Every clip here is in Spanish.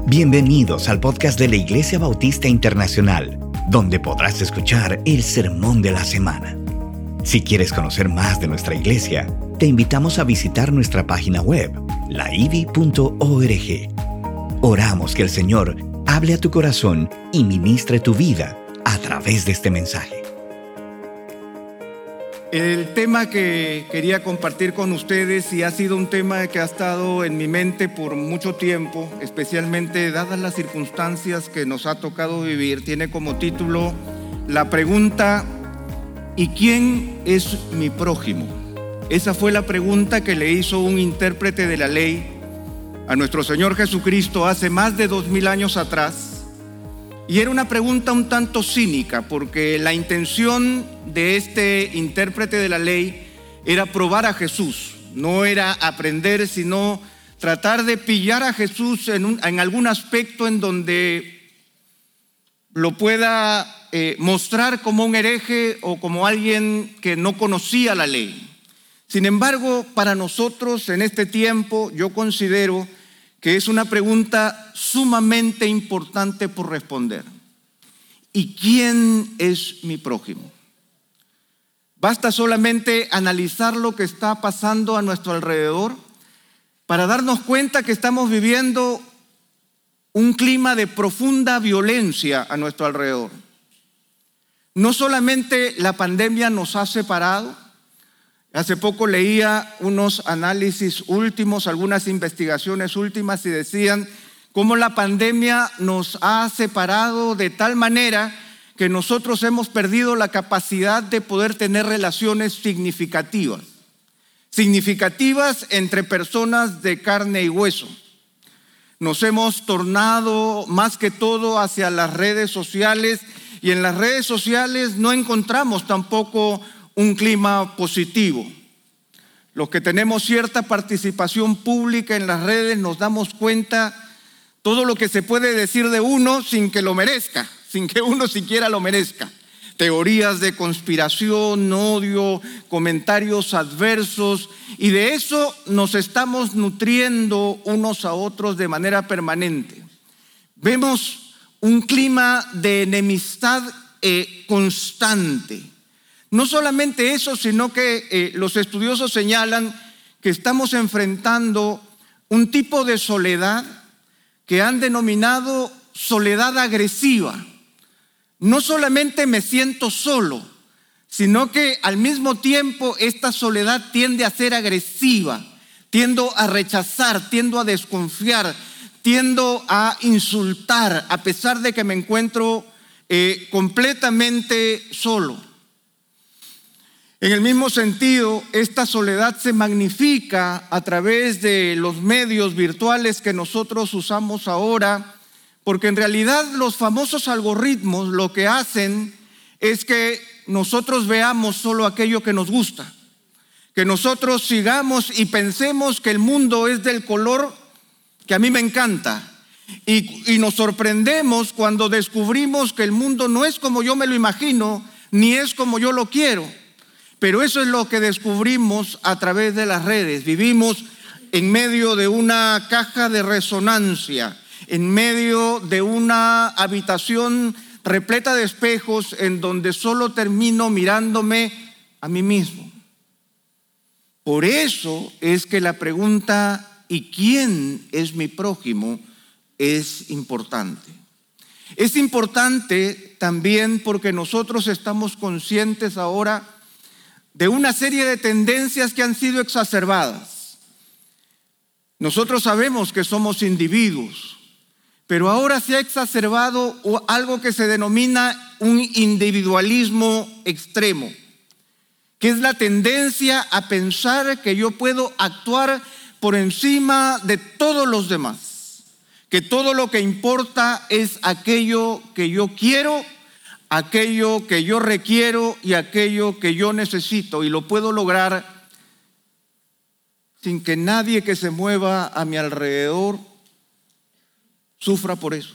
Bienvenidos al podcast de la Iglesia Bautista Internacional, donde podrás escuchar el sermón de la semana. Si quieres conocer más de nuestra iglesia, te invitamos a visitar nuestra página web, laivi.org. Oramos que el Señor hable a tu corazón y ministre tu vida a través de este mensaje. El tema que quería compartir con ustedes, y ha sido un tema que ha estado en mi mente por mucho tiempo, especialmente dadas las circunstancias que nos ha tocado vivir, tiene como título la pregunta: ¿y quién es mi prójimo? Esa fue la pregunta que le hizo un intérprete de la ley a nuestro Señor Jesucristo hace más de 2000 años atrás. Y era una pregunta un tanto cínica, porque la intención de este intérprete de la ley era probar a Jesús. No era aprender, sino tratar de pillar a Jesús en algún aspecto en donde lo pueda mostrar como un hereje o como alguien que no conocía la ley. Sin embargo, para nosotros en este tiempo, yo considero que es una pregunta sumamente importante por responder. ¿Y quién es mi prójimo? Basta solamente analizar lo que está pasando a nuestro alrededor para darnos cuenta que estamos viviendo un clima de profunda violencia a nuestro alrededor. No solamente la pandemia nos ha separado. Hace poco leía unos análisis últimos, algunas investigaciones últimas, y decían cómo la pandemia nos ha separado de tal manera que nosotros hemos perdido la capacidad de poder tener relaciones significativas entre personas de carne y hueso. Nos hemos tornado más que todo hacia las redes sociales, y en las redes sociales no encontramos tampoco un clima positivo. Los que tenemos cierta participación pública en las redes nos damos cuenta todo lo que se puede decir de uno sin que lo merezca, sin que uno siquiera lo merezca. Teorías de conspiración, odio, comentarios adversos, y de eso nos estamos nutriendo unos a otros de manera permanente. Vemos un clima de enemistad constante. No solamente eso, sino que los estudiosos señalan que estamos enfrentando un tipo de soledad que han denominado soledad agresiva. No solamente me siento solo, sino que al mismo tiempo esta soledad tiende a ser agresiva. Tiendo a rechazar, tiendo a desconfiar, tiendo a insultar, a pesar de que me encuentro completamente solo. En el mismo sentido, esta soledad se magnifica a través de los medios virtuales que nosotros usamos ahora, porque en realidad los famosos algoritmos lo que hacen es que nosotros veamos solo aquello que nos gusta, que nosotros sigamos y pensemos que el mundo es del color que a mí me encanta, y nos sorprendemos cuando descubrimos que el mundo no es como yo me lo imagino, ni es como yo lo quiero. Pero eso es lo que descubrimos a través de las redes. Vivimos en medio de una caja de resonancia, en medio de una habitación repleta de espejos en donde solo termino mirándome a mí mismo. Por eso es que la pregunta ¿y quién es mi prójimo? Es importante. Es importante también porque nosotros estamos conscientes ahora de una serie de tendencias que han sido exacerbadas. Nosotros sabemos que somos individuos, pero ahora se ha exacerbado algo que se denomina un individualismo extremo, que es la tendencia a pensar que yo puedo actuar por encima de todos los demás, que todo lo que importa es aquello que yo quiero, aquello que yo requiero y aquello que yo necesito, y lo puedo lograr sin que nadie que se mueva a mi alrededor sufra por eso.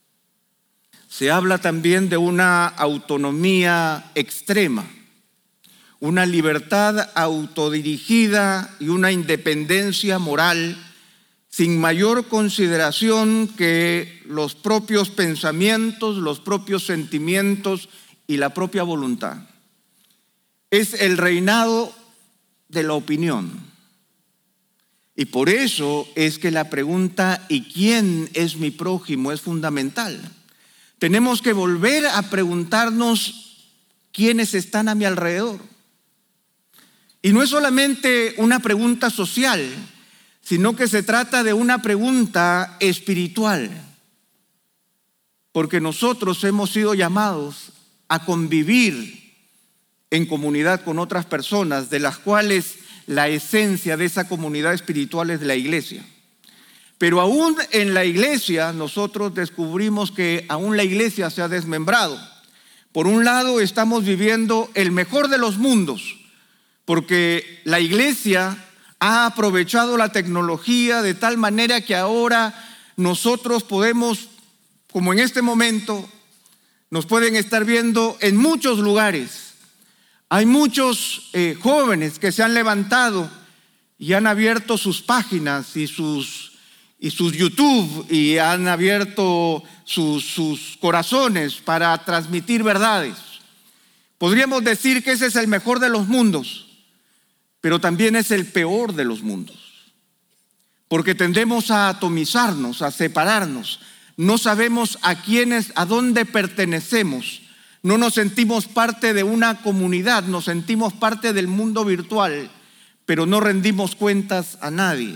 Se habla también de una autonomía extrema, una libertad autodirigida y una independencia moral sin mayor consideración que los propios pensamientos, los propios sentimientos y la propia voluntad. Es el reinado de la opinión. Y por eso es que la pregunta ¿y quién es mi prójimo? Es fundamental. Tenemos que volver a preguntarnos quiénes están a mi alrededor. Y no es solamente una pregunta social, sino que se trata de una pregunta espiritual. Porque nosotros hemos sido llamados a convivir en comunidad con otras personas, de las cuales la esencia de esa comunidad espiritual es de la iglesia. Pero aún en la iglesia nosotros descubrimos que aún la iglesia se ha desmembrado. Por un lado estamos viviendo el mejor de los mundos, porque la iglesia ha aprovechado la tecnología de tal manera que ahora nosotros podemos, como en este momento, nos pueden estar viendo en muchos lugares. Hay muchos jóvenes que se han levantado y han abierto sus páginas y sus YouTube y han abierto sus corazones para transmitir verdades. Podríamos decir que ese es el mejor de los mundos, pero también es el peor de los mundos, porque tendemos a atomizarnos, a separarnos. No sabemos a dónde pertenecemos. No nos sentimos parte de una comunidad, nos sentimos parte del mundo virtual, pero no rendimos cuentas a nadie.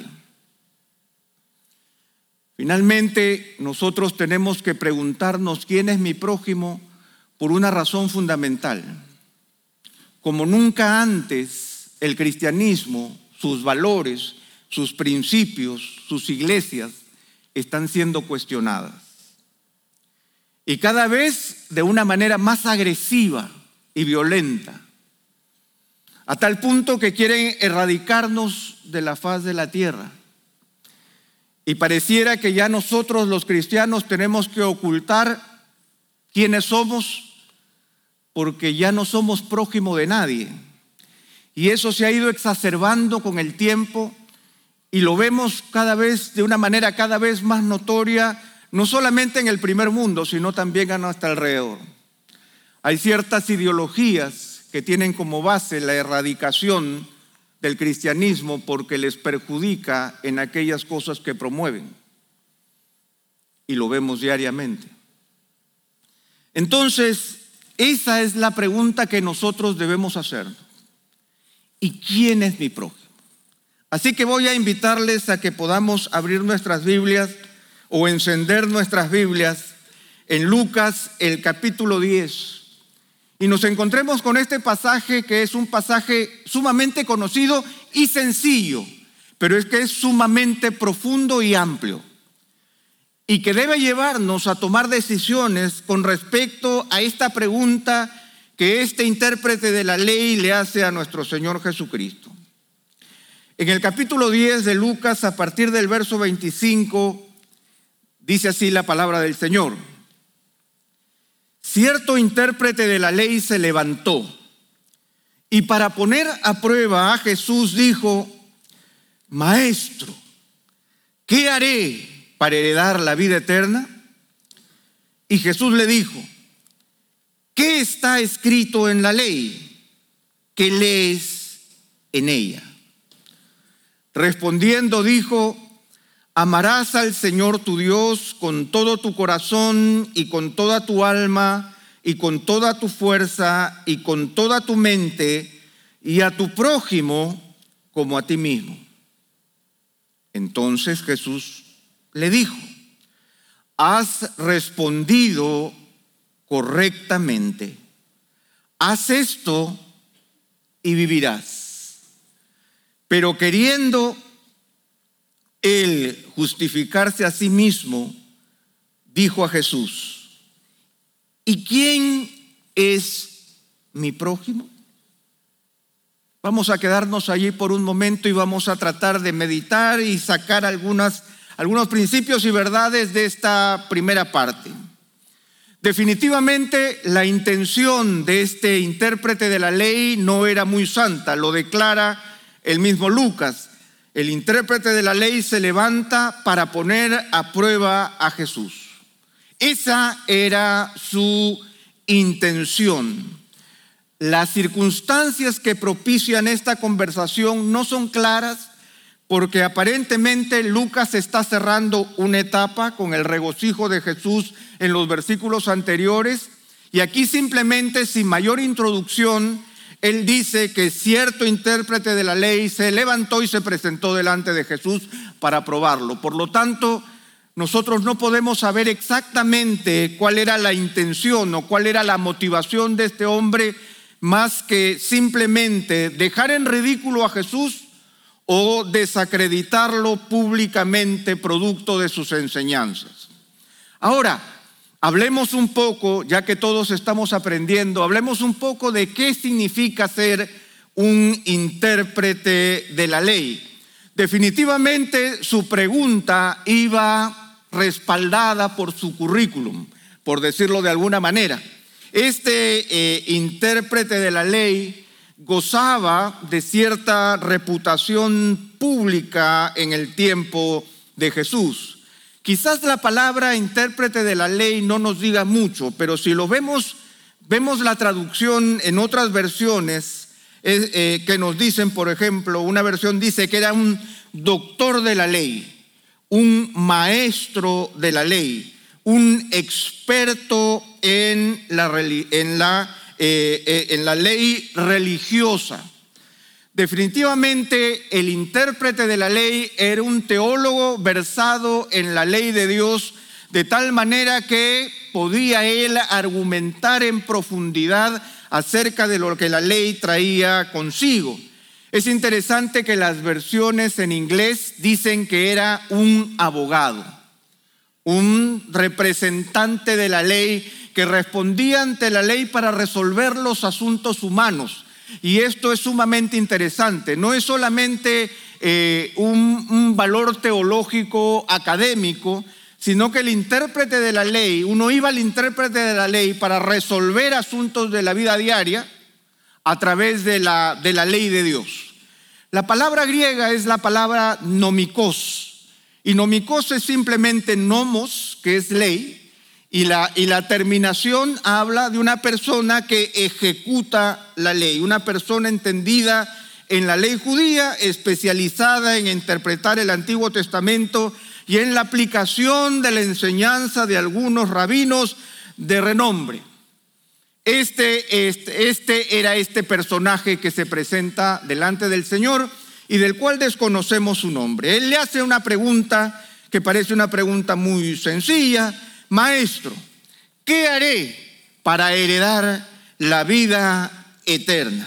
Finalmente, nosotros tenemos que preguntarnos quién es mi prójimo por una razón fundamental. Como nunca antes, el cristianismo, sus valores, sus principios, sus iglesias están siendo cuestionadas. Y cada vez de una manera más agresiva y violenta, a tal punto que quieren erradicarnos de la faz de la tierra. Y pareciera que ya nosotros los cristianos tenemos que ocultar quiénes somos, porque ya no somos prójimo de nadie. Y eso se ha ido exacerbando con el tiempo y lo vemos cada vez de una manera cada vez más notoria, no solamente en el primer mundo, sino también a nuestro alrededor. Hay ciertas ideologías que tienen como base la erradicación del cristianismo porque les perjudica en aquellas cosas que promueven. Y lo vemos diariamente. Entonces, esa es la pregunta que nosotros debemos hacer. ¿Y quién es mi prójimo? Así que voy a invitarles a que podamos abrir nuestras Biblias o encender nuestras Biblias en Lucas, el capítulo 10. Y nos encontremos con este pasaje que es un pasaje sumamente conocido y sencillo, pero es que es sumamente profundo y amplio. Y que debe llevarnos a tomar decisiones con respecto a esta pregunta que este intérprete de la ley le hace a nuestro Señor Jesucristo. En el capítulo 10 de Lucas, a partir del verso 25, dice así la palabra del Señor. Cierto intérprete de la ley se levantó y para poner a prueba a Jesús dijo: Maestro, ¿qué haré para heredar la vida eterna? Y Jesús le dijo: ¿qué está escrito en la ley? ¿Qué lees en ella? Respondiendo dijo: amarás al Señor tu Dios con todo tu corazón y con toda tu alma y con toda tu fuerza y con toda tu mente, y a tu prójimo como a ti mismo. Entonces Jesús le dijo: has respondido correctamente. Haz esto y vivirás. Pero queriendo él justificarse a sí mismo, dijo a Jesús: ¿y quién es mi prójimo? Vamos a quedarnos allí por un momento y vamos a tratar de meditar y sacar algunos principios y verdades de esta primera parte. Definitivamente la intención de este intérprete de la ley no era muy santa, lo declara el mismo Lucas. El intérprete de la ley se levanta para poner a prueba a Jesús. Esa era su intención. Las circunstancias que propician esta conversación no son claras, porque aparentemente Lucas está cerrando una etapa con el regocijo de Jesús en los versículos anteriores, y aquí simplemente, sin mayor introducción, él dice que cierto intérprete de la ley se levantó y se presentó delante de Jesús para probarlo. Por lo tanto, nosotros no podemos saber exactamente cuál era la intención o cuál era la motivación de este hombre, más que simplemente dejar en ridículo a Jesús o desacreditarlo públicamente producto de sus enseñanzas. Ahora, hablemos un poco, ya que todos estamos aprendiendo, hablemos un poco de qué significa ser un intérprete de la ley. Definitivamente su pregunta iba respaldada por su currículum, por decirlo de alguna manera. Este intérprete de la ley gozaba de cierta reputación pública en el tiempo de Jesús. Quizás la palabra intérprete de la ley no nos diga mucho, pero si lo vemos la traducción en otras versiones que nos dicen, por ejemplo, una versión dice que era un doctor de la ley, un maestro de la ley, un experto en la ley religiosa. Definitivamente el intérprete de la ley era un teólogo versado en la ley de Dios, de tal manera que podía él argumentar en profundidad acerca de lo que la ley traía consigo. Es interesante que las versiones en inglés dicen que era un abogado, un representante de la ley que respondía ante la ley para resolver los asuntos humanos. Y esto es sumamente interesante. No es solamente un valor teológico académico, sino que el intérprete de la ley, uno iba al intérprete de la ley para resolver asuntos de la vida diaria a través de la ley de Dios. La palabra griega es la palabra nomikos, y nomikos es simplemente nomos, que es ley, y la terminación habla de una persona que ejecuta la ley, una persona entendida en la ley judía, especializada en interpretar el Antiguo Testamento y en la aplicación de la enseñanza de algunos rabinos de renombre. Este era este personaje que se presenta delante del Señor y del cual desconocemos su nombre. Él le hace una pregunta que parece una pregunta muy sencilla. Maestro, ¿qué haré para heredar la vida eterna?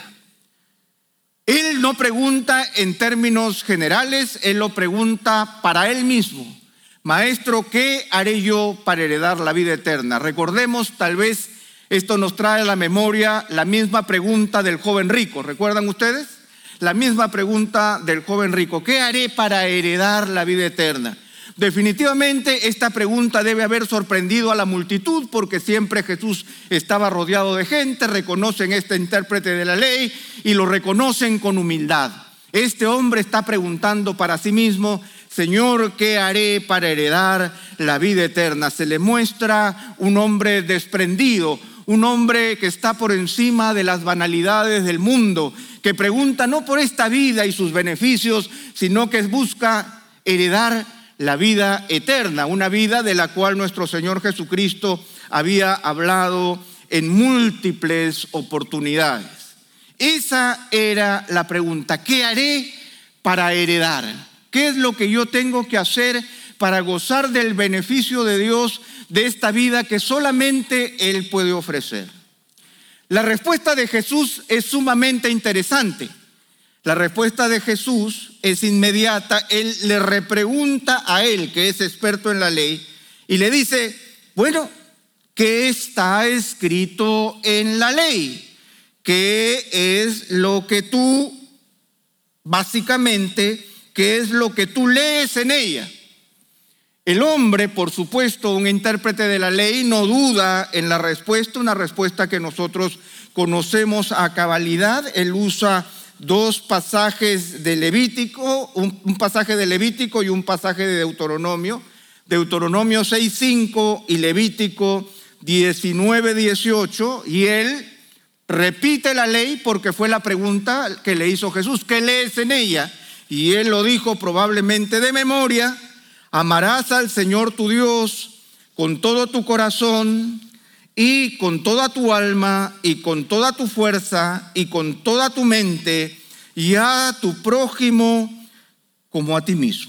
Él no pregunta en términos generales, él lo pregunta para él mismo. Maestro, ¿qué haré yo para heredar la vida eterna? Recordemos, tal vez esto nos trae a la memoria la misma pregunta del joven rico. ¿Recuerdan ustedes? La misma pregunta del joven rico. ¿Qué haré para heredar la vida eterna? Definitivamente esta pregunta debe haber sorprendido a la multitud, porque siempre Jesús estaba rodeado de gente, reconocen este intérprete de la ley y lo reconocen con humildad. Este hombre está preguntando para sí mismo: Señor, ¿qué haré para heredar la vida eterna? Se le muestra un hombre desprendido, un hombre que está por encima de las banalidades del mundo, que pregunta no por esta vida y sus beneficios, sino que busca heredar la vida eterna, una vida de la cual nuestro Señor Jesucristo había hablado en múltiples oportunidades. Esa era la pregunta: ¿qué haré para heredar? ¿Qué es lo que yo tengo que hacer para gozar del beneficio de Dios, de esta vida que solamente Él puede ofrecer? La respuesta de Jesús es sumamente interesante. La respuesta de Jesús es inmediata. Él le repregunta a él, que es experto en la ley, y le dice: bueno, ¿qué está escrito en la ley? ¿Qué es lo que tú, básicamente, qué es lo que tú lees en ella? El hombre, por supuesto, un intérprete de la ley, no duda en la respuesta, una respuesta que nosotros conocemos a cabalidad. Él usa dos pasajes de Levítico, un pasaje de Levítico y un pasaje de Deuteronomio. Deuteronomio 6:5 y Levítico 19:18, y él repite la ley porque fue la pregunta que le hizo Jesús: ¿qué lees en ella? Y él lo dijo probablemente de memoria: amarás al Señor tu Dios con todo tu corazón y con toda tu alma y con toda tu fuerza y con toda tu mente, y a tu prójimo como a ti mismo.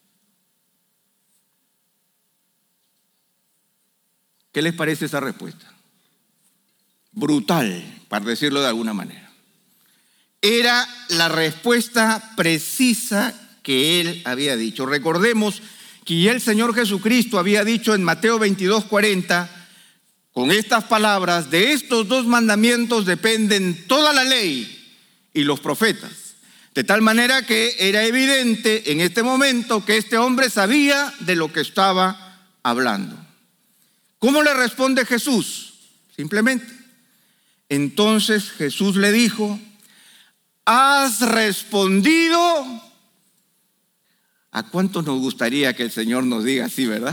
¿Qué les parece esa respuesta? Brutal, para decirlo de alguna manera. Era la respuesta precisa que él había dicho. Recordemos que ya el Señor Jesucristo había dicho en Mateo 22:40, con estas palabras: de estos dos mandamientos dependen toda la ley y los profetas. De tal manera que era evidente en este momento que este hombre sabía de lo que estaba hablando. ¿Cómo le responde Jesús? Simplemente: entonces Jesús le dijo: has respondido. ¿A cuántos nos gustaría que el Señor nos diga así, verdad?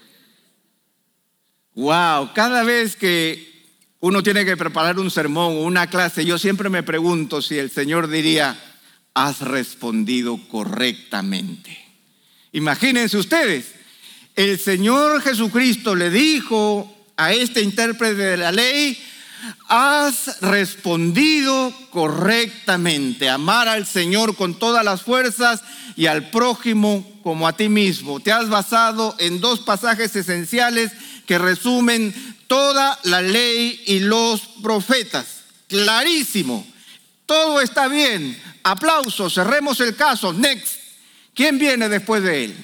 Wow, cada vez que uno tiene que preparar un sermón o una clase, yo siempre me pregunto si el Señor diría: has respondido correctamente. Imagínense ustedes, el Señor Jesucristo le dijo a este intérprete de la ley: has respondido correctamente. Amar al Señor con todas las fuerzas y al prójimo como a ti mismo. Te has basado en dos pasajes esenciales que resumen toda la ley y los profetas. Clarísimo. Todo está bien. Aplausos. Cerremos el caso. Next. ¿Quién viene después de él?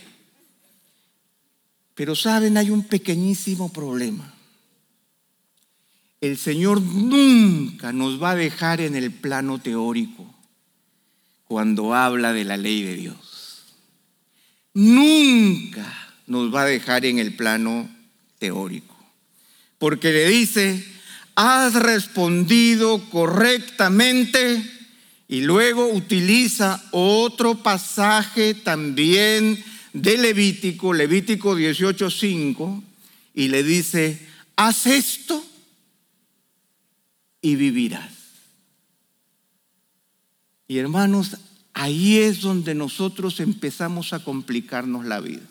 Pero saben, hay un pequeñísimo problema. El Señor nunca nos va a dejar en el plano teórico cuando habla de la ley de Dios. Nunca nos va a dejar en el plano teórico. Porque le dice: has respondido correctamente, y luego utiliza otro pasaje también de Levítico 18:5, y le dice: haz esto y vivirás. Y hermanos, ahí es donde nosotros empezamos a complicarnos la vida.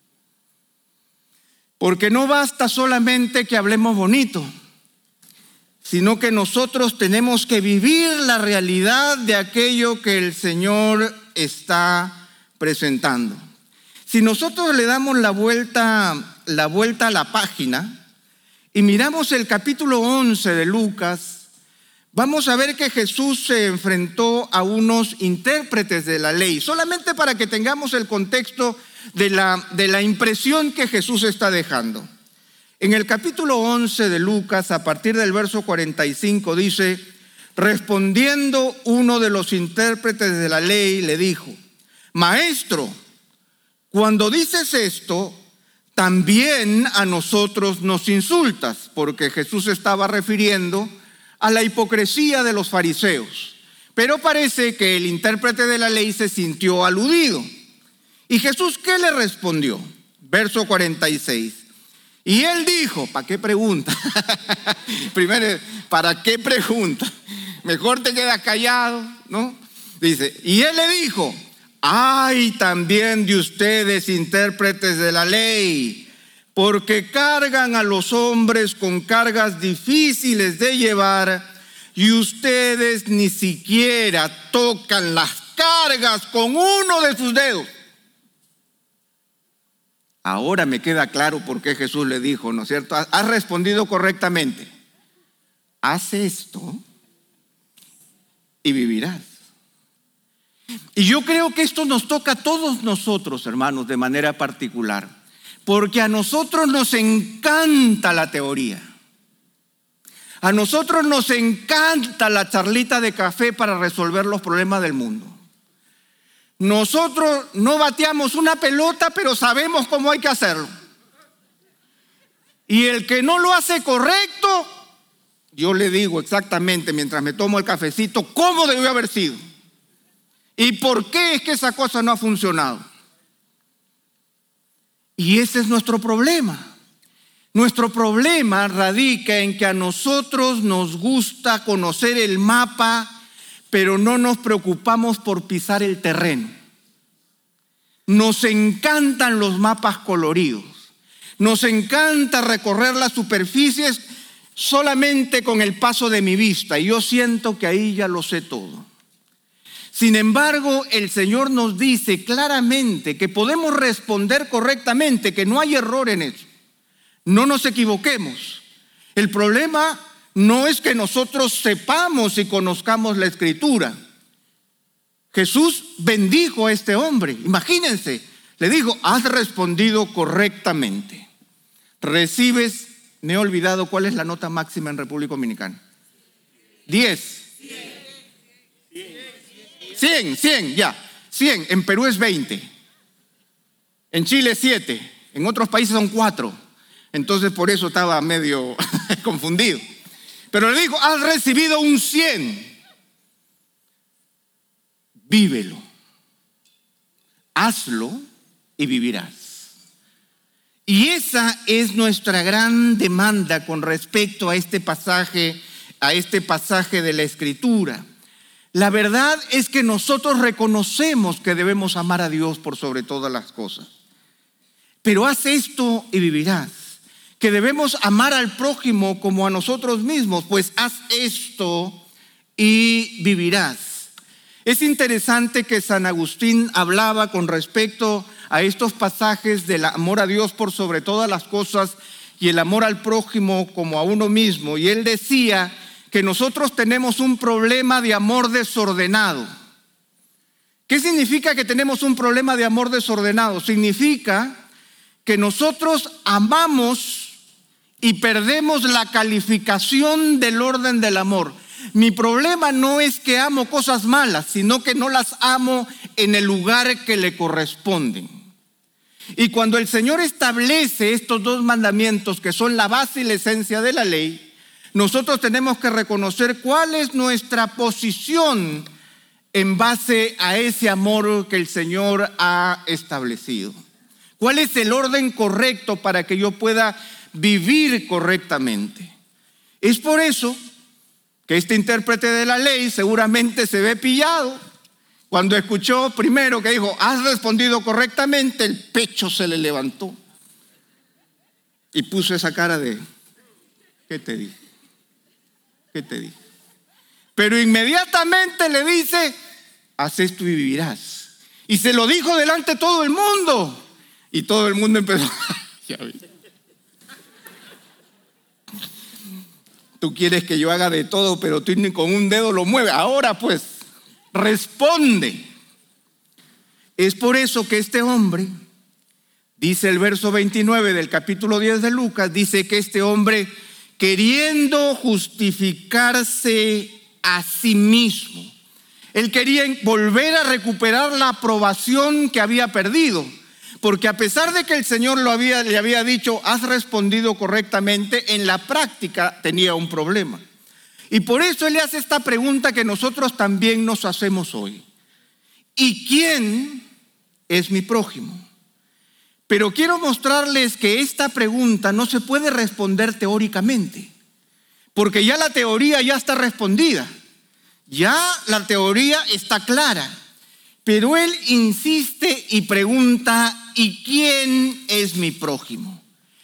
Porque no basta solamente que hablemos bonito, sino que nosotros tenemos que vivir la realidad de aquello que el Señor está presentando. Si nosotros le damos la vuelta a la página y miramos el capítulo 11 de Lucas, vamos a ver que Jesús se enfrentó a unos intérpretes de la ley, solamente para que tengamos el contexto de la impresión que Jesús está dejando. En el capítulo 11 de Lucas, a partir del verso 45, dice: respondiendo uno de los intérpretes de la ley, le dijo: maestro, cuando dices esto, también a nosotros nos insultas, porque Jesús estaba refiriendo a la hipocresía de los fariseos. Pero parece que el intérprete de la ley se sintió aludido. ¿Y Jesús qué le respondió? Verso 46. Y él dijo: ¿para qué pregunta? Primero, ¿para qué pregunta? Mejor te quedas callado, ¿no? Dice, y él le dijo: ay también de ustedes, intérpretes de la ley, porque cargan a los hombres con cargas difíciles de llevar, y ustedes ni siquiera tocan las cargas con uno de sus dedos. Ahora me queda claro por qué Jesús le dijo, ¿no es cierto? Has respondido correctamente. Haz esto y vivirás. Y yo creo que esto nos toca a todos nosotros, hermanos, de manera particular, porque a nosotros nos encanta la teoría. A nosotros nos encanta la charlita de café para resolver los problemas del mundo. Nosotros no bateamos una pelota, pero sabemos cómo hay que hacerlo. Y el que no lo hace correcto, yo le digo exactamente mientras me tomo el cafecito cómo debió haber sido. ¿Y por qué es que esa cosa no ha funcionado? Y ese es nuestro problema. Nuestro problema radica en que a nosotros nos gusta conocer el mapa, pero no nos preocupamos por pisar el terreno. Nos encantan los mapas coloridos. Nos encanta recorrer las superficies solamente con el paso de mi vista. Y yo siento que ahí ya lo sé todo. Sin embargo, el Señor nos dice claramente que podemos responder correctamente, que no hay error en eso. No nos equivoquemos. El problema no es que nosotros sepamos y conozcamos la Escritura. Jesús bendijo a este hombre. Imagínense, le dijo, has respondido correctamente. Recibes, me he olvidado cuál es la nota máxima en República Dominicana. 10. 100, ya. 100, en Perú es 20. En Chile 7. En otros países son 4. Entonces por eso estaba medio confundido. Pero le dijo, has recibido un 100. Vívelo. Hazlo y vivirás. Y esa es nuestra gran demanda con respecto a este pasaje de la Escritura. La verdad es que nosotros reconocemos que debemos amar a Dios por sobre todas las cosas. Pero haz esto y vivirás. Que debemos amar al prójimo como a nosotros mismos, pues haz esto y vivirás. Es interesante que San Agustín hablaba con respecto a estos pasajes del amor a Dios por sobre todas las cosas y el amor al prójimo como a uno mismo. Y él decía que nosotros tenemos un problema de amor desordenado. ¿Qué significa que tenemos un problema de amor desordenado? Significa que nosotros amamos y perdemos la calificación del orden del amor. Mi problema no es que amo cosas malas, sino que no las amo en el lugar que le corresponden. Y cuando el Señor establece estos dos mandamientos, que son la base y la esencia de la ley, nosotros tenemos que reconocer cuál es nuestra posición en base a ese amor que el Señor ha establecido. ¿Cuál es el orden correcto para que yo pueda vivir correctamente? Es por eso que este intérprete de la ley seguramente se ve pillado. Cuando escuchó primero que dijo, has respondido correctamente, el pecho se le levantó y puso esa cara de, ¿qué te dije? ¿Qué te dije? Pero inmediatamente le dice, haz esto y vivirás. Y se lo dijo delante de todo el mundo. Y todo el mundo empezó, ya vi. Tú quieres que yo haga de todo, pero tú ni con un dedo lo mueves. Ahora pues, responde. Es por eso que este hombre, dice el verso 29 del capítulo 10 de Lucas, dice que este hombre, queriendo justificarse a sí mismo, él quería volver a recuperar la aprobación que había perdido. Porque a pesar de que el Señor le había dicho, has respondido correctamente, en la práctica tenía un problema. Y por eso Él le hace esta pregunta que nosotros también nos hacemos hoy. ¿Y quién es mi prójimo? Pero quiero mostrarles que esta pregunta no se puede responder teóricamente, porque ya la teoría ya está respondida. Ya la teoría está clara. Pero él insiste y pregunta, ¿y quién es mi prójimo?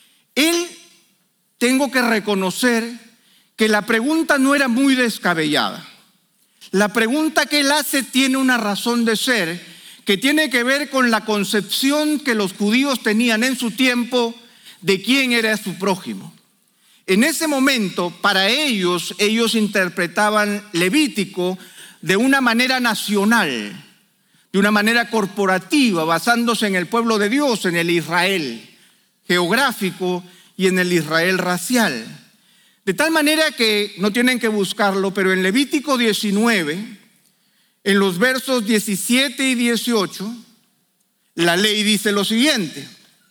Tengo que reconocer que la pregunta no era muy descabellada. La pregunta que él hace tiene una razón de ser que tiene que ver con la concepción que los judíos tenían en su tiempo de quién era su prójimo. En ese momento, para ellos interpretaban Levítico de una manera nacional, de una manera corporativa, basándose en el pueblo de Dios, en el Israel geográfico y en el Israel racial. De tal manera que, no tienen que buscarlo, pero en Levítico 19, en los versos 17 y 18, la ley dice lo siguiente: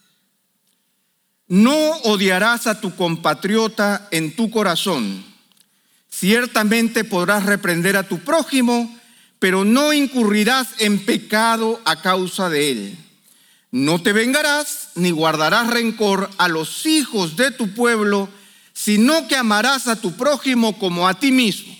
no odiarás a tu compatriota en tu corazón. Ciertamente podrás reprender a tu prójimo, pero no incurrirás en pecado a causa de él. No te vengarás ni guardarás rencor a los hijos de tu pueblo, sino que amarás a tu prójimo como a ti mismo.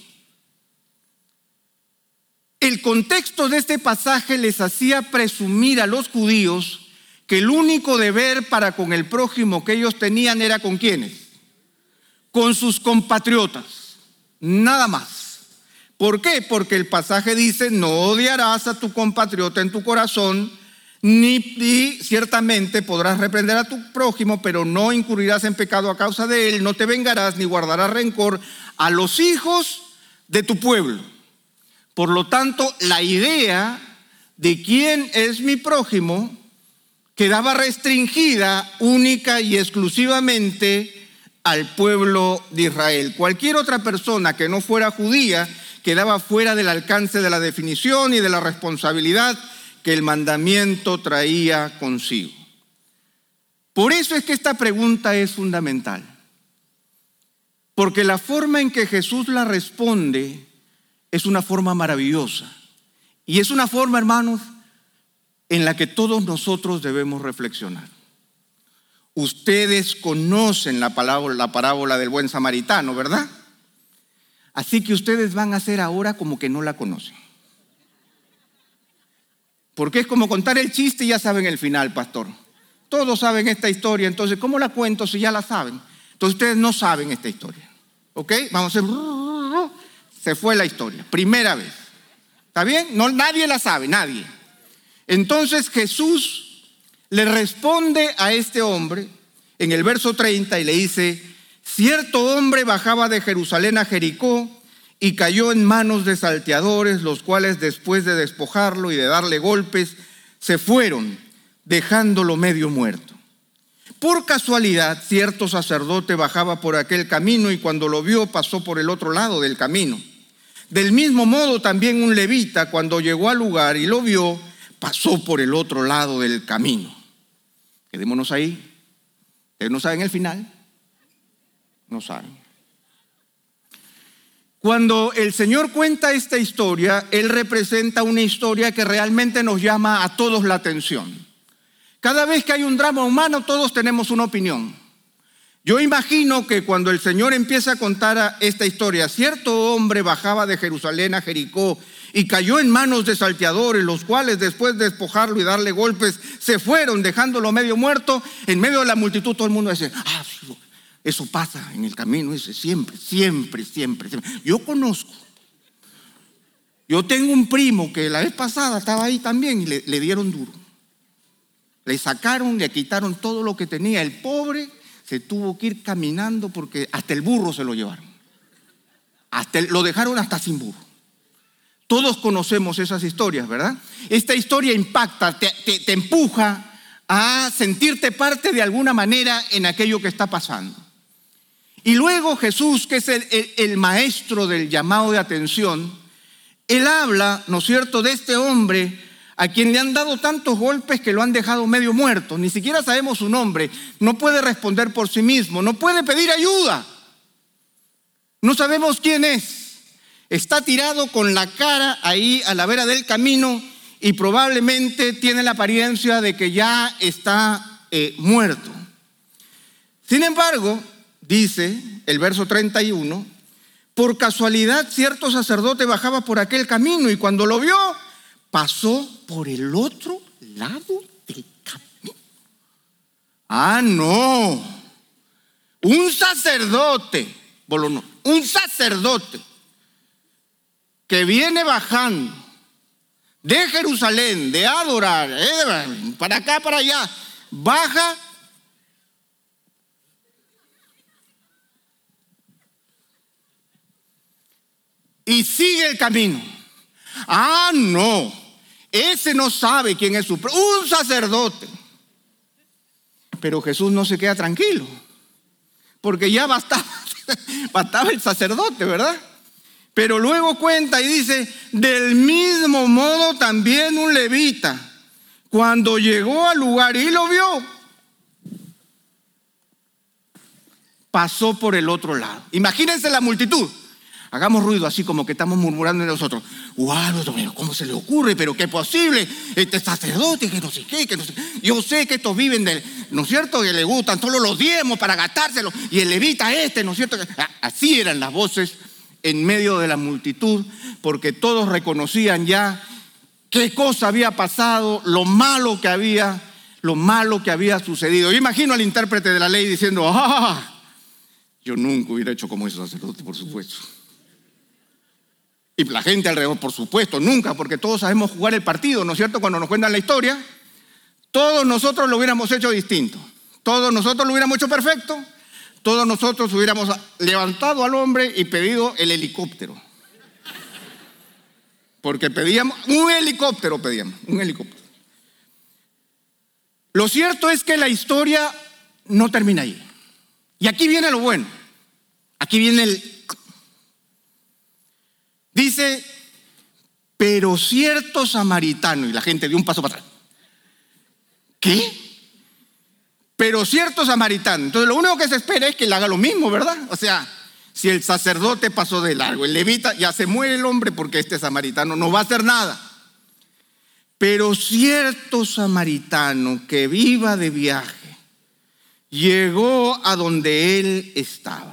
El contexto de este pasaje les hacía presumir a los judíos que el único deber para con el prójimo que ellos tenían era ¿con quiénes? Con sus compatriotas, nada más. ¿Por qué? Porque el pasaje dice: no odiarás a tu compatriota en tu corazón, ni ciertamente podrás reprender a tu prójimo, pero no incurrirás en pecado a causa de él. No te vengarás ni guardarás rencor a los hijos de tu pueblo. Por lo tanto, la idea de quién es mi prójimo quedaba restringida única y exclusivamente al pueblo de Israel. Cualquier otra persona que no fuera judía quedaba fuera del alcance de la definición y de la responsabilidad que el mandamiento traía consigo. Por eso es que esta pregunta es fundamental, porque la forma en que Jesús la responde es una forma maravillosa, y es una forma, hermanos, en la que todos nosotros debemos reflexionar. Ustedes conocen la parábola del buen samaritano, ¿verdad? Así que ustedes van a hacer ahora como que no la conocen. Porque es como contar el chiste y ya saben el final, pastor. Todos saben esta historia, entonces ¿cómo la cuento si ya la saben? Entonces ustedes no saben esta historia. ¿Ok? Vamos a hacer... Se fue la historia, primera vez. ¿Está bien? No, nadie la sabe, nadie. Entonces Jesús le responde a este hombre en el verso 30 y le dice: cierto hombre bajaba de Jerusalén a Jericó y cayó en manos de salteadores, los cuales después de despojarlo y de darle golpes, se fueron, dejándolo medio muerto. Por casualidad, cierto sacerdote bajaba por aquel camino y cuando lo vio pasó por el otro lado del camino. Del mismo modo también un levita, cuando llegó al lugar y lo vio, pasó por el otro lado del camino. Quedémonos ahí. ¿Ustedes no saben el final? No saben. Cuando el Señor cuenta esta historia, Él representa una historia que realmente nos llama a todos la atención. Cada vez que hay un drama humano, todos tenemos una opinión. Yo imagino que cuando el Señor empieza a contar esta historia, cierto hombre bajaba de Jerusalén a Jericó y cayó en manos de salteadores, los cuales después de despojarlo y darle golpes, se fueron, dejándolo medio muerto. En medio de la multitud todo el mundo dice: eso pasa en el camino, dice, siempre. Yo conozco. Yo tengo un primo que la vez pasada estaba ahí también y le dieron duro. Le sacaron, le quitaron todo lo que tenía. El pobre se tuvo que ir caminando porque hasta el burro se lo llevaron. Lo dejaron hasta sin burro. Todos conocemos esas historias, ¿verdad? Esta historia impacta, te empuja a sentirte parte de alguna manera en aquello que está pasando. Y luego Jesús, que es el maestro del llamado de atención, Él habla, ¿no es cierto?, de este hombre a quien le han dado tantos golpes que lo han dejado medio muerto. Ni siquiera sabemos su nombre, no puede responder por sí mismo, no puede pedir ayuda. No sabemos quién es. Está tirado con la cara ahí a la vera del camino y probablemente tiene la apariencia de que ya está muerto. Sin embargo, dice el verso 31, por casualidad cierto sacerdote bajaba por aquel camino y cuando lo vio, pasó por el otro lado del camino. No. Un sacerdote que viene bajando de Jerusalén, de adorar, para acá, para allá, baja y sigue el camino. No, ese no sabe quién es un sacerdote. Pero Jesús no se queda tranquilo, porque ya bastaba el sacerdote, ¿verdad? Pero luego cuenta y dice: del mismo modo también un levita, cuando llegó al lugar y lo vio, pasó por el otro lado. Imagínense la multitud. Hagamos ruido así como que estamos murmurando de nosotros. ¡Wow! Pero ¿cómo se le ocurre? ¿Pero qué es posible? Este sacerdote, que no sé qué, que no sé. Yo sé que estos viven ¿no es cierto? Que le gustan solo los diezmos para gastárselos. Y el levita ¿no es cierto? Así eran las voces en medio de la multitud, porque todos reconocían ya qué cosa había pasado, lo malo que había sucedido. Yo imagino al intérprete de la ley diciendo: yo nunca hubiera hecho como ese sacerdote, por supuesto. Y la gente alrededor, por supuesto, nunca, porque todos sabemos jugar el partido, ¿no es cierto? Cuando nos cuentan la historia, todos nosotros lo hubiéramos hecho distinto. Todos nosotros lo hubiéramos hecho perfecto. Todos nosotros hubiéramos levantado al hombre y pedido el helicóptero. Porque pedíamos un helicóptero. Lo cierto es que la historia no termina ahí. Y aquí viene lo bueno. Aquí viene dice: pero cierto samaritano. Y la gente dio un paso para atrás. ¿Qué? Pero cierto samaritano. Entonces lo único que se espera es que él haga lo mismo, ¿verdad? O sea, si el sacerdote pasó de largo, el levita, ya se muere el hombre porque este samaritano no va a hacer nada. Pero cierto samaritano que viva de viaje llegó a donde él estaba.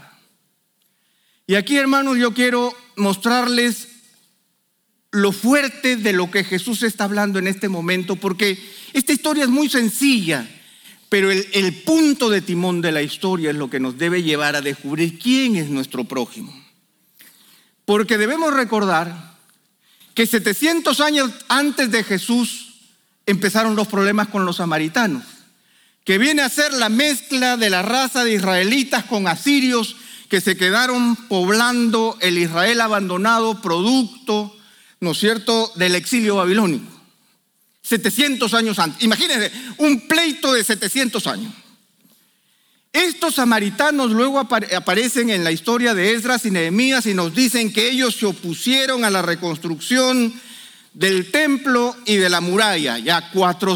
Y aquí, hermanos, yo quiero mostrarles lo fuerte de lo que Jesús está hablando en este momento, porque esta historia es muy sencilla, pero el punto de timón de la historia es lo que nos debe llevar a descubrir quién es nuestro prójimo. Porque debemos recordar que 700 años antes de Jesús empezaron los problemas con los samaritanos, que viene a ser la mezcla de la raza de israelitas con asirios que se quedaron poblando el Israel abandonado, producto, ¿no es cierto?, del exilio babilónico. 700 años antes. Imagínense, un pleito de 700 años. Estos samaritanos luego aparecen en la historia de Esdras y Nehemías y nos dicen que ellos se opusieron a la reconstrucción del templo y de la muralla, ya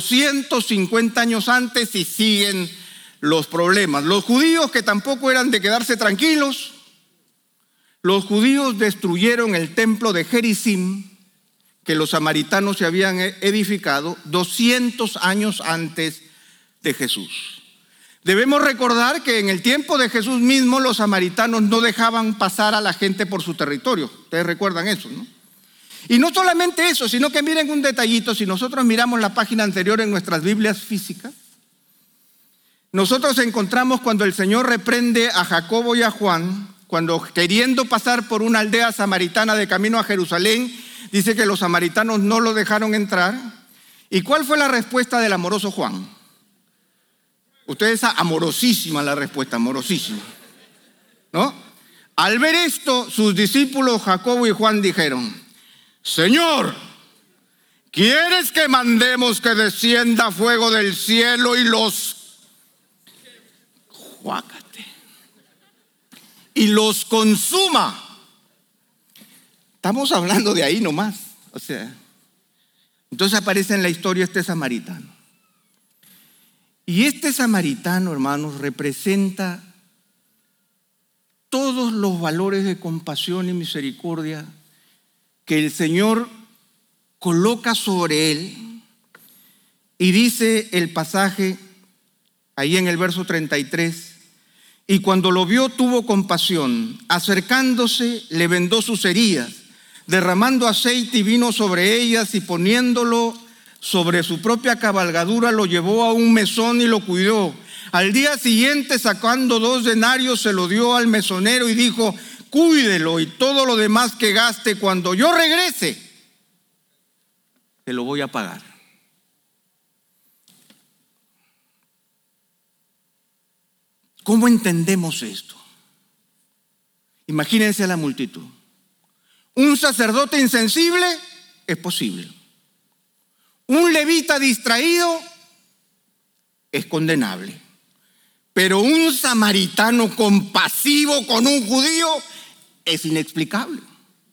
450 años antes, y siguen los problemas. Los judíos, que tampoco eran de quedarse tranquilos, los judíos destruyeron el templo de Gerizim, que los samaritanos se habían edificado 200 años antes de Jesús. Debemos recordar que en el tiempo de Jesús mismo los samaritanos no dejaban pasar a la gente por su territorio. Ustedes recuerdan eso, ¿no? Y no solamente eso, sino que miren un detallito. Si nosotros miramos la página anterior en nuestras Biblias físicas, nosotros encontramos cuando el Señor reprende a Jacobo y a Juan, cuando queriendo pasar por una aldea samaritana de camino a Jerusalén, dice que los samaritanos no lo dejaron entrar. ¿Y cuál fue la respuesta del amoroso Juan? Ustedes, amorosísima la respuesta, amorosísima, ¿no? Al ver esto, sus discípulos Jacobo y Juan dijeron: Señor, ¿quieres que mandemos que descienda fuego del cielo y los y los consuma? Estamos hablando de ahí nomás. O sea, entonces aparece en la historia este samaritano. Y este samaritano, hermanos, representa todos los valores de compasión y misericordia que el Señor coloca sobre él. Y dice el pasaje ahí en el verso 33: y cuando lo vio tuvo compasión, acercándose le vendó sus heridas, derramando aceite y vino sobre ellas, y poniéndolo sobre su propia cabalgadura lo llevó a un mesón y lo cuidó. Al día siguiente, sacando 2 denarios, se lo dio al mesonero y dijo: cuídelo, y todo lo demás que gaste, cuando yo regrese, te lo voy a pagar. ¿Cómo entendemos esto? Imagínense a la multitud. Un sacerdote insensible es posible. Un levita distraído es condenable. Pero un samaritano compasivo con un judío es inexplicable.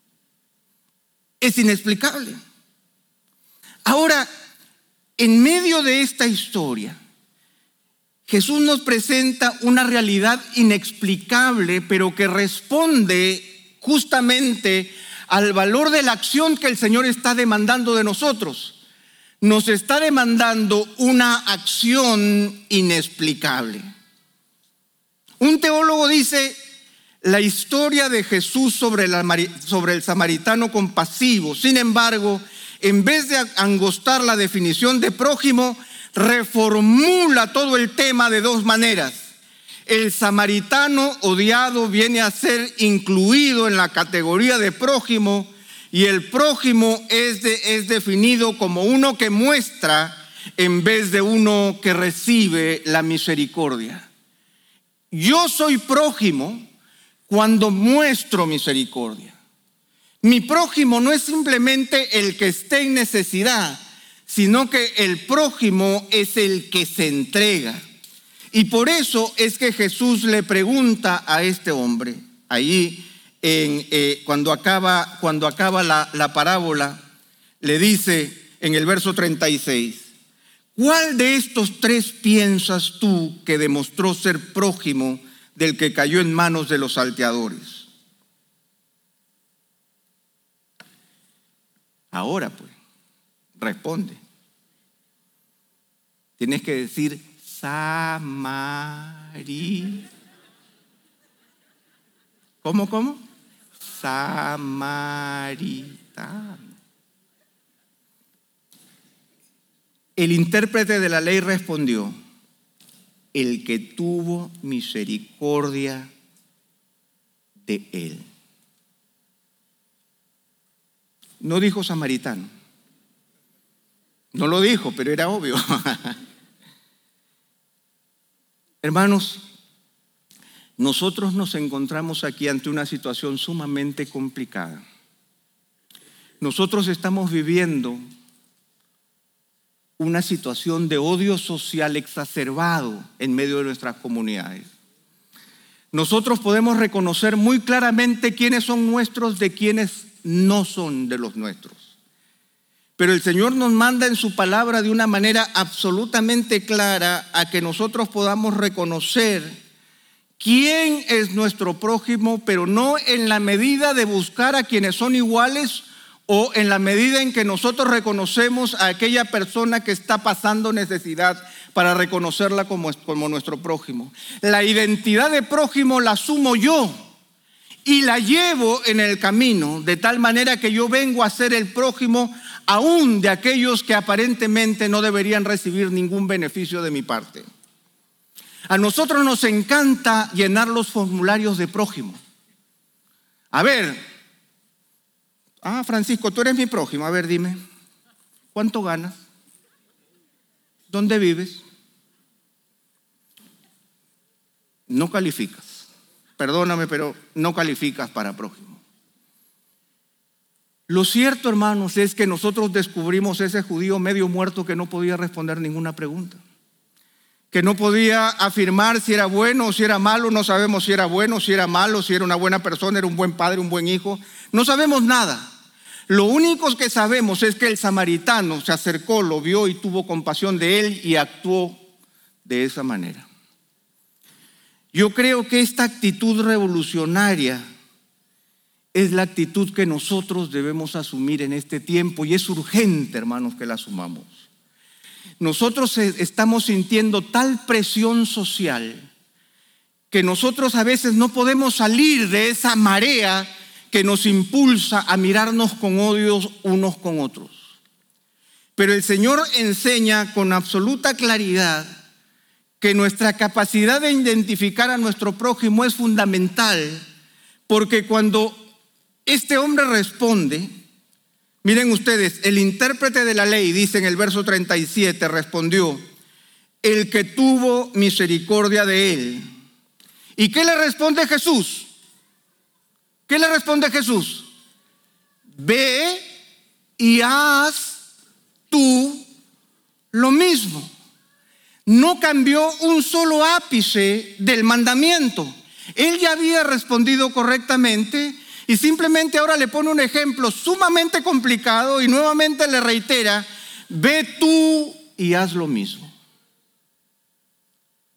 Es inexplicable. Ahora, en medio de esta historia, Jesús nos presenta una realidad inexplicable, pero que responde justamente al valor de la acción que el Señor está demandando de nosotros. Nos está demandando una acción inexplicable. Un teólogo dice: la historia de Jesús sobre el samaritano compasivo, sin embargo, en vez de angostar la definición de prójimo, reformula todo el tema de dos maneras. El samaritano odiado viene a ser incluido en la categoría de prójimo, y el prójimo es definido como uno que muestra en vez de uno que recibe la misericordia. Yo soy prójimo cuando muestro misericordia. Mi prójimo no es simplemente el que esté en necesidad, sino que el prójimo es el que se entrega. Y por eso es que Jesús le pregunta a este hombre, allí cuando acaba la parábola, le dice en el verso 36, ¿cuál de estos tres piensas tú que demostró ser prójimo del que cayó en manos de los salteadores? Ahora pues, responde. Tienes que decir ¿Cómo? Samaritano. El intérprete de la ley respondió: el que tuvo misericordia de él. No dijo samaritano. No lo dijo, pero era obvio. Hermanos, nosotros nos encontramos aquí ante una situación sumamente complicada. Nosotros estamos viviendo una situación de odio social exacerbado en medio de nuestras comunidades. Nosotros podemos reconocer muy claramente quiénes son nuestros de quienes no son de los nuestros. Pero el Señor nos manda en su palabra de una manera absolutamente clara a que nosotros podamos reconocer quién es nuestro prójimo, pero no en la medida de buscar a quienes son iguales o en la medida en que nosotros reconocemos a aquella persona que está pasando necesidad para reconocerla como nuestro prójimo. La identidad de prójimo la asumo yo y la llevo en el camino, de tal manera que yo vengo a ser el prójimo aún de aquellos que aparentemente no deberían recibir ningún beneficio de mi parte. A nosotros nos encanta llenar los formularios de prójimo. A ver, Francisco, tú eres mi prójimo. A ver, dime, ¿cuánto ganas? ¿Dónde vives? No calificas. Perdóname, pero no calificas para prójimo. Lo cierto, hermanos, es que nosotros descubrimos ese judío medio muerto que no podía responder ninguna pregunta, que no podía afirmar si era bueno o si era malo. No sabemos si era bueno, si era malo, si era una buena persona, era un buen padre, un buen hijo. No sabemos nada. Lo único que sabemos es que el samaritano se acercó, lo vio y tuvo compasión de él y actuó de esa manera. Yo creo que esta actitud revolucionaria es la actitud que nosotros debemos asumir en este tiempo, y es urgente, hermanos, que la asumamos. Nosotros estamos sintiendo tal presión social que nosotros a veces no podemos salir de esa marea que nos impulsa a mirarnos con odios unos con otros. Pero el Señor enseña con absoluta claridad que nuestra capacidad de identificar a nuestro prójimo es fundamental, porque cuando este hombre responde, miren ustedes, el intérprete de la ley dice en el verso 37, respondió: el que tuvo misericordia de él. ¿Y qué le responde Jesús? ¿Qué le responde Jesús? Ve y haz tú lo mismo. No cambió un solo ápice del mandamiento. Él ya había respondido correctamente y simplemente ahora le pone un ejemplo sumamente complicado y nuevamente le reitera: ve tú y haz lo mismo.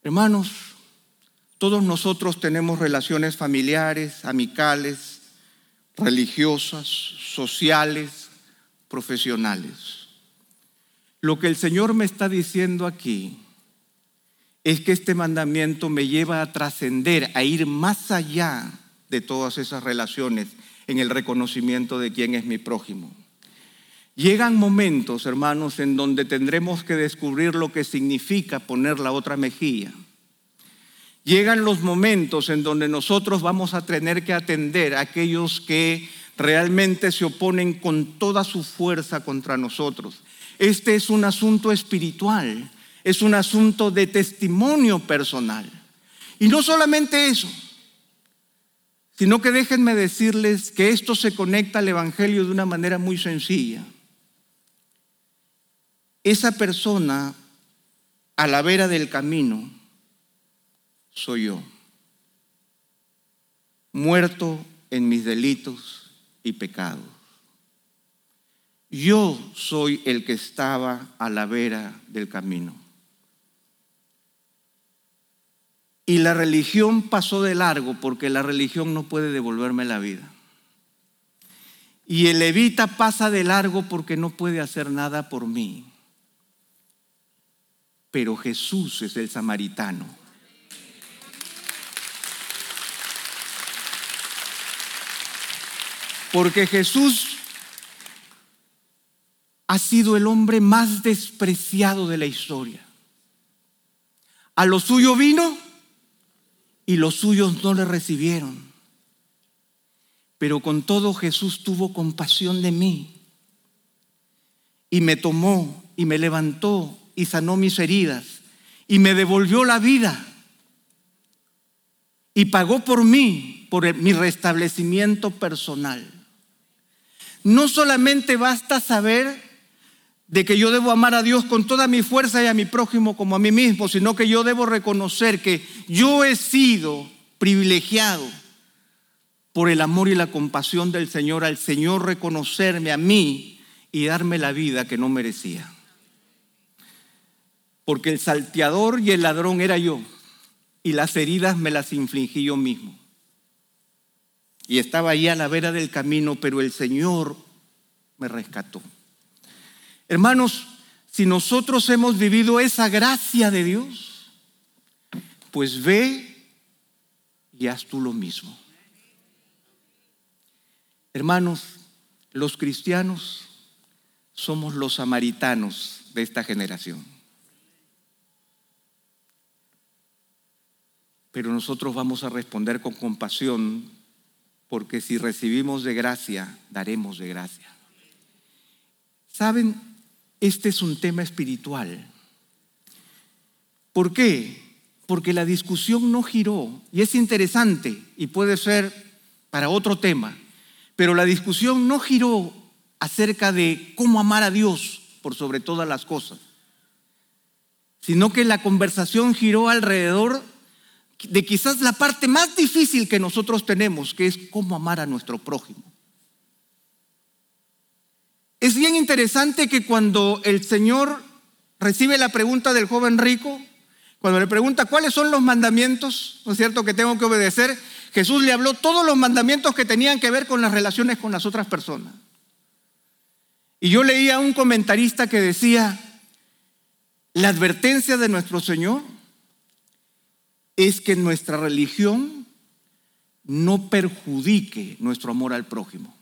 Hermanos, todos nosotros tenemos relaciones familiares, amicales, religiosas, sociales, profesionales. Lo que el Señor me está diciendo aquí es que este mandamiento me lleva a trascender, a ir más allá de todas esas relaciones en el reconocimiento de quién es mi prójimo. Llegan momentos, hermanos, en donde tendremos que descubrir lo que significa poner la otra mejilla. Llegan los momentos en donde nosotros vamos a tener que atender a aquellos que realmente se oponen con toda su fuerza contra nosotros. Este es un asunto espiritual, es un asunto de testimonio personal. Y no solamente eso, sino que déjenme decirles que esto se conecta al Evangelio de una manera muy sencilla. Esa persona a la vera del camino soy yo, muerto en mis delitos y pecados. Yo soy el que estaba a la vera del camino. Y la religión pasó de largo porque la religión no puede devolverme la vida. Y el levita pasa de largo porque no puede hacer nada por mí. Pero Jesús es el samaritano. Porque Jesús ha sido el hombre más despreciado de la historia. A lo suyo vino y los suyos no le recibieron. Pero con todo Jesús tuvo compasión de mí y me tomó y me levantó y sanó mis heridas y me devolvió la vida y pagó por mí, por mi restablecimiento personal. No solamente basta saber de que yo debo amar a Dios con toda mi fuerza y a mi prójimo como a mí mismo, sino que yo debo reconocer que yo he sido privilegiado por el amor y la compasión del Señor, al Señor reconocerme a mí y darme la vida que no merecía. Porque el salteador y el ladrón era yo, y las heridas me las infligí yo mismo. Y estaba ahí a la vera del camino, pero el Señor me rescató. Hermanos, si nosotros hemos vivido esa gracia de Dios, pues ve y haz tú lo mismo. Hermanos, los cristianos somos los samaritanos de esta generación. Pero nosotros vamos a responder con compasión, porque si recibimos de gracia, daremos de gracia. ¿Saben? Este es un tema espiritual. ¿Por qué? Porque la discusión no giró, y es interesante, y puede ser para otro tema, pero la discusión no giró acerca de cómo amar a Dios por sobre todas las cosas, sino que la conversación giró alrededor de quizás la parte más difícil que nosotros tenemos, que es cómo amar a nuestro prójimo. Es bien interesante que cuando el Señor recibe la pregunta del joven rico, cuando le pregunta cuáles son los mandamientos, ¿no es cierto?, que tengo que obedecer, Jesús le habló todos los mandamientos que tenían que ver con las relaciones con las otras personas. Y yo leía a un comentarista que decía, la advertencia de nuestro Señor es que nuestra religión no perjudique nuestro amor al prójimo.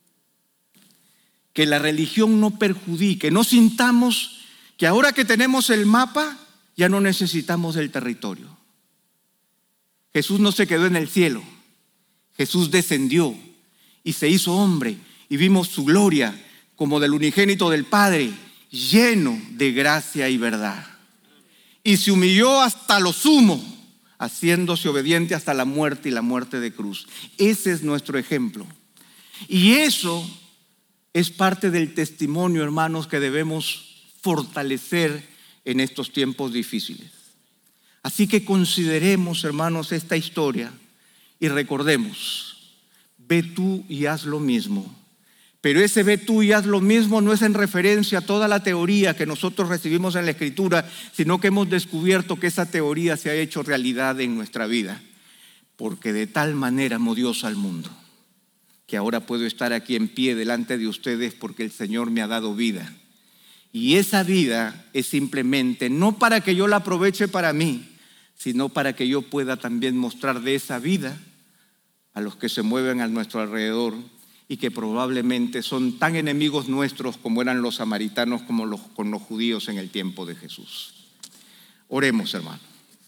Que la religión no perjudique, no sintamos que ahora que tenemos el mapa ya no necesitamos del territorio. Jesús no se quedó en el cielo, Jesús descendió y se hizo hombre y vimos su gloria como del unigénito del Padre, lleno de gracia y verdad. Y se humilló hasta lo sumo, haciéndose obediente hasta la muerte y la muerte de cruz. Ese es nuestro ejemplo. Y eso es parte del testimonio, hermanos, que debemos fortalecer en estos tiempos difíciles. Así que consideremos, hermanos, esta historia y recordemos, ve tú y haz lo mismo. Pero ese ve tú y haz lo mismo no es en referencia a toda la teoría que nosotros recibimos en la Escritura, sino que hemos descubierto que esa teoría se ha hecho realidad en nuestra vida. Porque de tal manera amó Dios al mundo, que ahora puedo estar aquí en pie delante de ustedes porque el Señor me ha dado vida. Y esa vida es simplemente no para que yo la aproveche para mí, sino para que yo pueda también mostrar de esa vida a los que se mueven a nuestro alrededor y que probablemente son tan enemigos nuestros como eran los samaritanos con los judíos en el tiempo de Jesús. Oremos, hermano.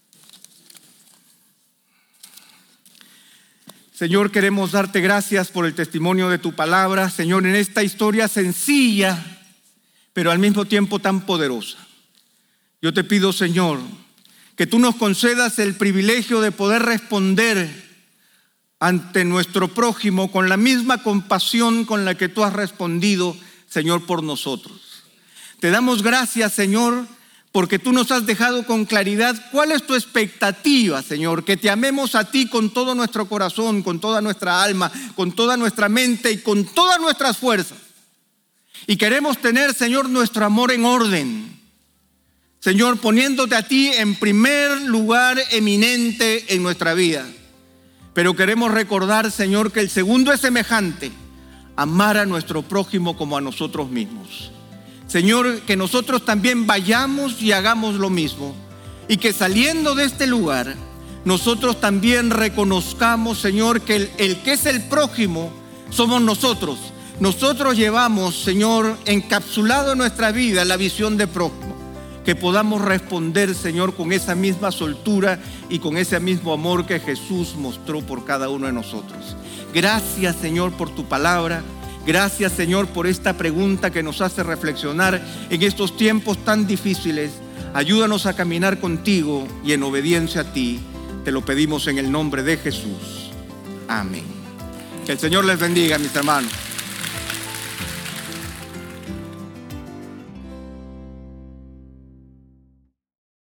Señor, queremos darte gracias por el testimonio de tu palabra, Señor, en esta historia sencilla, pero al mismo tiempo tan poderosa. Yo te pido, Señor, que tú nos concedas el privilegio de poder responder ante nuestro prójimo con la misma compasión con la que tú has respondido, Señor, por nosotros. Te damos gracias, Señor, porque tú nos has dejado con claridad cuál es tu expectativa, Señor, que te amemos a ti con todo nuestro corazón, con toda nuestra alma, con toda nuestra mente y con todas nuestras fuerzas. Y queremos tener, Señor, nuestro amor en orden. Señor, poniéndote a ti en primer lugar eminente en nuestra vida. Pero queremos recordar, Señor, que el segundo es semejante: amar a nuestro prójimo como a nosotros mismos. Señor, que nosotros también vayamos y hagamos lo mismo. Y que saliendo de este lugar, nosotros también reconozcamos, Señor, que el que es el prójimo somos nosotros. Nosotros llevamos, Señor, encapsulado en nuestra vida la visión de prójimo. Que podamos responder, Señor, con esa misma soltura y con ese mismo amor que Jesús mostró por cada uno de nosotros. Gracias, Señor, por tu palabra. Gracias, Señor, por esta pregunta que nos hace reflexionar en estos tiempos tan difíciles. Ayúdanos a caminar contigo y en obediencia a ti. Te lo pedimos en el nombre de Jesús. Amén. Que el Señor les bendiga, mis hermanos.